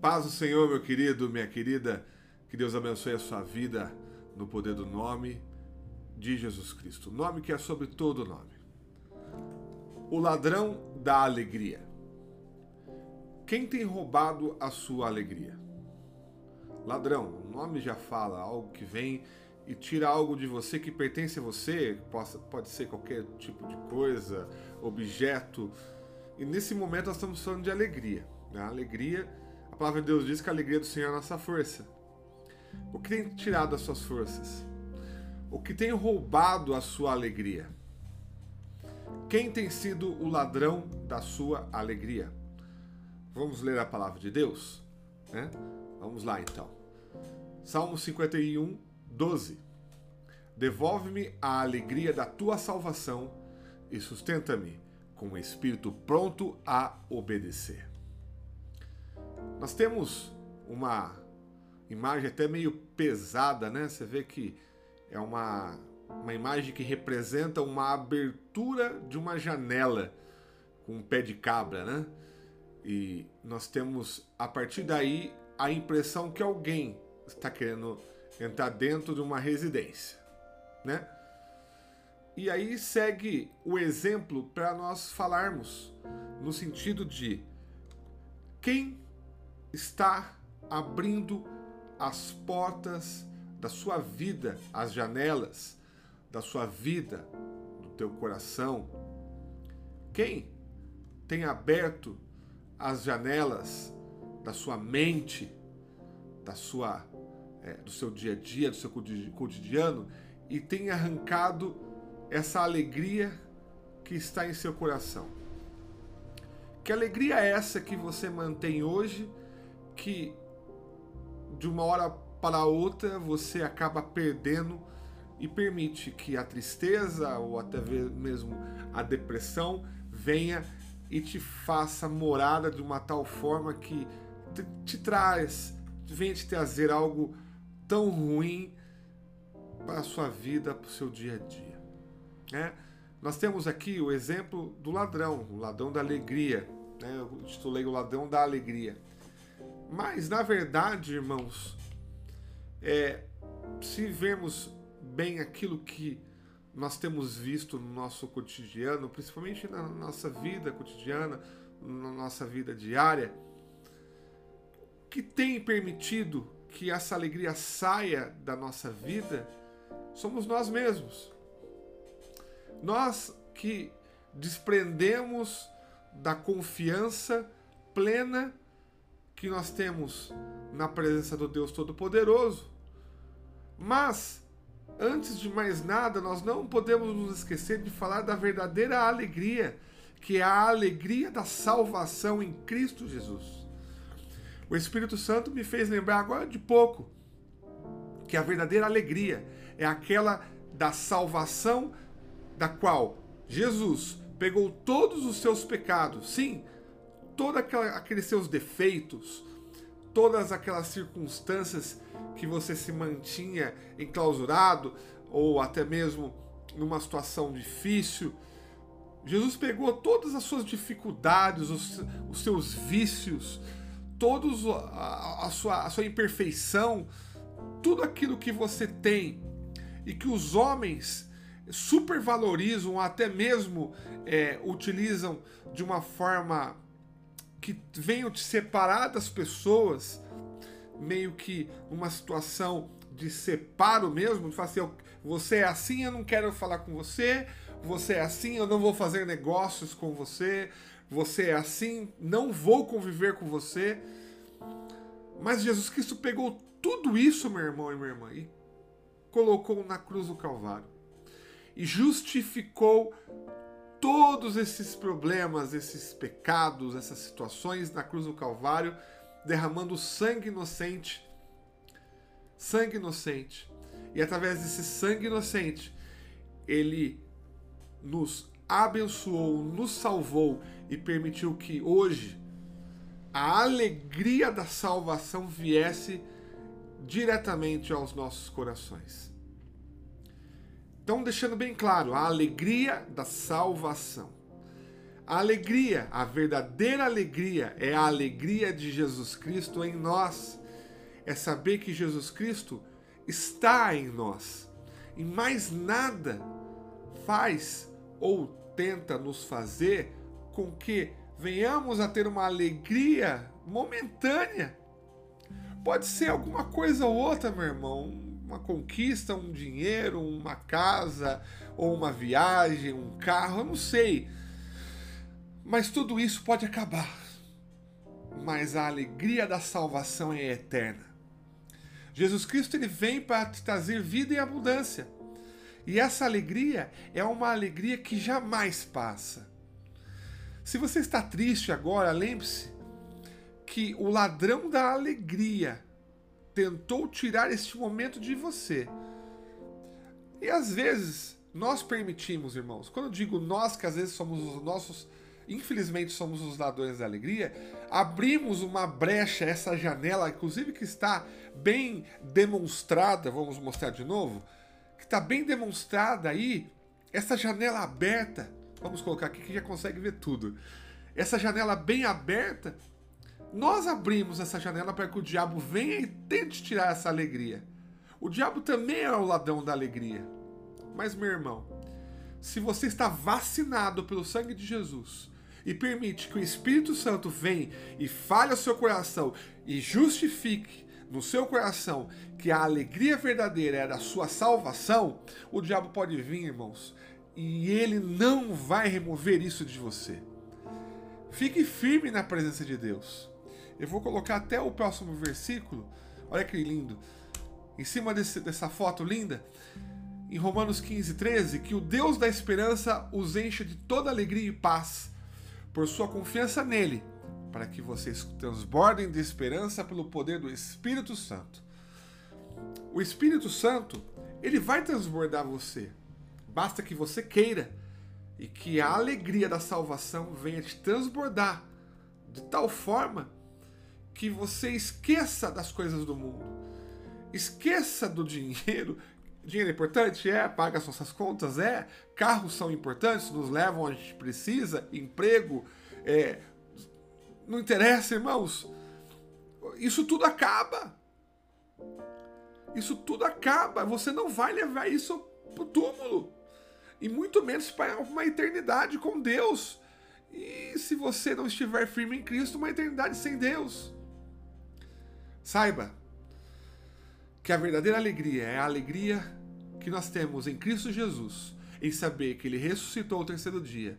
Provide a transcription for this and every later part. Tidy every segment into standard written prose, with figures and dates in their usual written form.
paz do Senhor, meu querido, minha querida, que Deus abençoe a sua vida no poder do nome de Jesus Cristo, o nome que é sobre todo nome. O ladrão da alegria. Quem tem roubado a sua alegria? Ladrão, o nome já fala, algo que vem e tira algo de você que pertence a você, pode ser qualquer tipo de coisa, objeto. E nesse momento nós estamos falando de alegria. A alegria, a palavra de Deus diz que a alegria do Senhor é a nossa força. O que tem tirado as suas forças? O que tem roubado a sua alegria? Quem tem sido o ladrão da sua alegria? Vamos ler a palavra de Deus? Né? Vamos lá então. Salmo 51, 12. Devolve-me a alegria da tua salvação e sustenta-me com o espírito pronto a obedecer. Nós temos uma imagem até meio pesada, né? Você vê que é uma imagem que representa uma abertura de uma janela com um pé de cabra, né? E nós temos, a partir daí, a impressão que alguém está querendo entrar dentro de uma residência, né? E aí segue o exemplo para nós falarmos no sentido de quem está abrindo as portas da sua vida, as janelas da sua vida, do teu coração. Quem tem aberto as janelas da sua mente, do seu dia a dia, do seu cotidiano, e tem arrancado essa alegria que está em seu coração. Que alegria é essa que você mantém hoje, que de uma hora para outra você acaba perdendo e permite que a tristeza ou até mesmo a depressão venha e te faça morada de uma tal forma que venha te trazer algo tão ruim para a sua vida, para o seu dia a dia. Nós temos aqui o exemplo do ladrão, o ladrão da alegria. Eu titulei o ladrão da alegria. Mas, na verdade, irmãos, se vermos bem aquilo que nós temos visto no nosso cotidiano, principalmente na nossa vida cotidiana, na nossa vida diária, que tem permitido que essa alegria saia da nossa vida, somos nós mesmos. Nós que desprendemos da confiança plena que nós temos na presença do Deus Todo-Poderoso. Mas, antes de mais nada, nós não podemos nos esquecer de falar da verdadeira alegria, que é a alegria da salvação em Cristo Jesus. O Espírito Santo me fez lembrar agora de pouco que a verdadeira alegria é aquela da salvação, da qual Jesus pegou todos os seus pecados, sim, todos aqueles seus defeitos, todas aquelas circunstâncias que você se mantinha enclausurado ou até mesmo numa situação difícil. Jesus pegou todas as suas dificuldades, os seus vícios, todos a sua imperfeição, tudo aquilo que você tem e que os homens supervalorizam ou até mesmo utilizam de uma forma que venham te separar das pessoas, meio que uma situação de separo mesmo, de falar assim, você é assim, eu não quero falar com você, você é assim, eu não vou fazer negócios com você, você é assim, não vou conviver com você. Mas Jesus Cristo pegou tudo isso, meu irmão e minha irmã, e colocou na cruz do Calvário. E justificou todos esses problemas, esses pecados, essas situações na cruz do Calvário, derramando sangue inocente. Sangue inocente. E através desse sangue inocente, Ele nos abençoou, nos salvou e permitiu que hoje a alegria da salvação viesse diretamente aos nossos corações. Então, deixando bem claro, a alegria da salvação. A alegria, a verdadeira alegria, é a alegria de Jesus Cristo em nós. É saber que Jesus Cristo está em nós. E mais nada faz ou tenta nos fazer com que venhamos a ter uma alegria momentânea. Pode ser alguma coisa ou outra, meu irmão. Uma conquista, um dinheiro, uma casa, ou uma viagem, um carro, eu não sei. Mas tudo isso pode acabar. Mas a alegria da salvação é eterna. Jesus Cristo ele vem para te trazer vida e abundância. E essa alegria é uma alegria que jamais passa. Se você está triste agora, lembre-se que o ladrão da alegria tentou tirar este momento de você. E às vezes nós permitimos, irmãos, quando eu digo nós, que às vezes somos os nossos, infelizmente somos os ladrões da alegria, abrimos uma brecha, essa janela, inclusive que está bem demonstrada, vamos mostrar de novo, que está bem demonstrada aí, essa janela aberta, vamos colocar aqui que já consegue ver tudo, essa janela bem aberta, nós abrimos essa janela para que o diabo venha e tente tirar essa alegria. O diabo também é o ladrão da alegria. Mas, meu irmão, se você está vacinado pelo sangue de Jesus e permite que o Espírito Santo venha e fale ao seu coração e justifique no seu coração que a alegria verdadeira é da sua salvação, o diabo pode vir, irmãos, e ele não vai remover isso de você. Fique firme na presença de Deus. Eu vou colocar até o próximo versículo. Olha que lindo. Em cima dessa foto linda, em Romanos 15:13, que o Deus da esperança os encha de toda alegria e paz, por sua confiança nele, para que vocês transbordem de esperança pelo poder do Espírito Santo. O Espírito Santo, ele vai transbordar você. Basta que você queira e que a alegria da salvação venha te transbordar de tal forma que você esqueça das coisas do mundo. Esqueça do dinheiro. Dinheiro é importante? É. Paga as nossas contas? É. Carros são importantes, nos levam onde a gente precisa. Emprego. Não interessa, irmãos. Isso tudo acaba. Isso tudo acaba. Você não vai levar isso para o túmulo. E muito menos para uma eternidade com Deus. E se você não estiver firme em Cristo, uma eternidade sem Deus. Saiba que a verdadeira alegria é a alegria que nós temos em Cristo Jesus, em saber que Ele ressuscitou ao terceiro dia,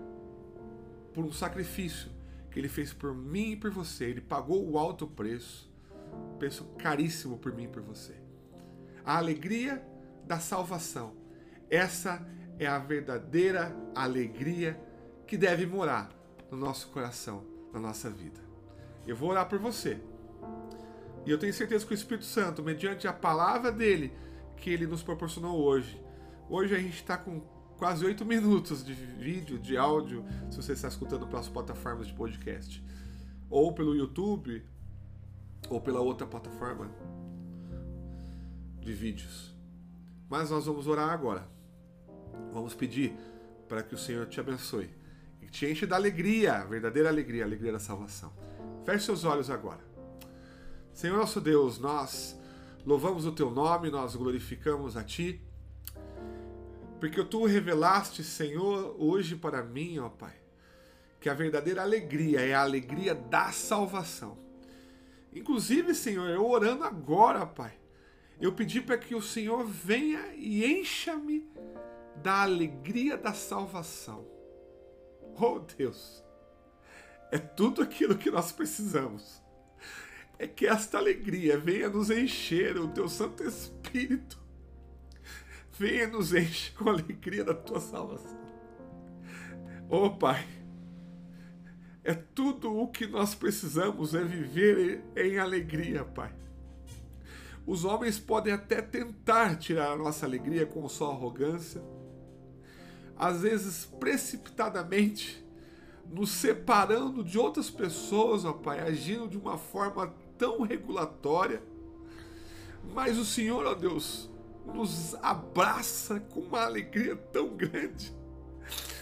por um sacrifício que Ele fez por mim e por você. Ele pagou o alto preço caríssimo por mim e por você. A alegria da salvação. Essa é a verdadeira alegria que deve morar no nosso coração, na nossa vida. Eu vou orar por você. E eu tenho certeza que o Espírito Santo, mediante a palavra dele, que ele nos proporcionou hoje. Hoje a gente está com quase 8 minutos de vídeo, de áudio, se você está escutando pelas plataformas de podcast. Ou pelo YouTube, ou pela outra plataforma de vídeos. Mas nós vamos orar agora. Vamos pedir para que o Senhor te abençoe. E te enche da alegria, a verdadeira alegria, a alegria da salvação. Feche seus olhos agora. Senhor nosso Deus, nós louvamos o Teu nome, nós glorificamos a Ti, porque Tu revelaste, Senhor, hoje para mim, ó Pai, que a verdadeira alegria é a alegria da salvação. Inclusive, Senhor, eu orando agora, Pai, eu pedi para que o Senhor venha e encha-me da alegria da salvação. Oh Deus, é tudo aquilo que nós precisamos. É que esta alegria venha nos encher, o Teu Santo Espírito venha nos encher com a alegria da Tua salvação. Oh Pai, é tudo o que nós precisamos, é viver em alegria, Pai. Os homens podem até tentar tirar a nossa alegria com sua arrogância, às vezes precipitadamente, nos separando de outras pessoas, ó Pai, agindo de uma forma tão regulatória, mas o Senhor, ó Deus, nos abraça com uma alegria tão grande,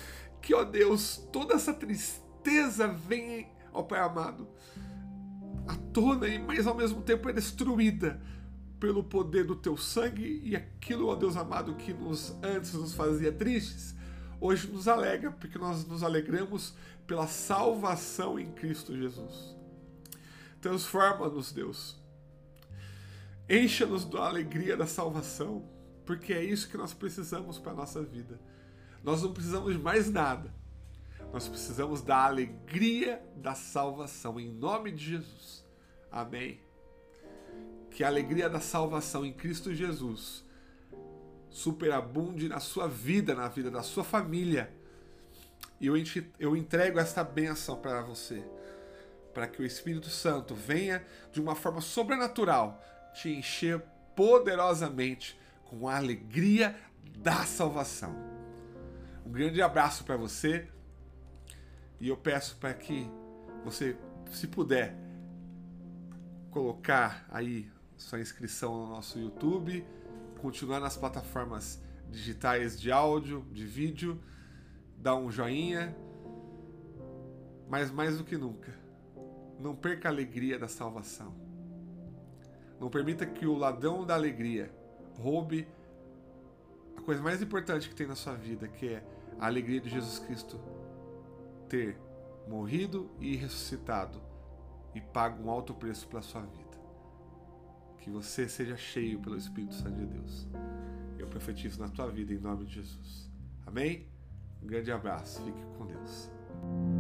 Que, ó Deus, toda essa tristeza venha, ó Pai amado, à tona, mas ao mesmo tempo é destruída pelo poder do teu sangue, e aquilo, ó Deus amado, que antes nos fazia tristes, hoje nos alegra, porque nós nos alegramos pela salvação em Cristo Jesus. Transforma-nos, Deus. Encha-nos da alegria da salvação, porque é isso que nós precisamos para a nossa vida. Nós não precisamos de mais nada. Nós precisamos da alegria da salvação, em nome de Jesus. Amém. Que a alegria da salvação em Cristo Jesus superabunde na sua vida, na vida da sua família. E eu entrego esta bênção para você, para que o Espírito Santo venha de uma forma sobrenatural te encher poderosamente com a alegria da salvação. Um grande abraço para você, e eu peço para que você, se puder, colocar aí sua inscrição no nosso YouTube, continuar nas plataformas digitais de áudio, de vídeo, dar um joinha, mas mais do que nunca, não perca a alegria da salvação. Não permita que o ladrão da alegria roube a coisa mais importante que tem na sua vida, que é a alegria de Jesus Cristo ter morrido e ressuscitado e pago um alto preço pela sua vida. Que você seja cheio pelo Espírito Santo de Deus. Eu profetizo na tua vida em nome de Jesus. Amém? Um grande abraço. Fique com Deus.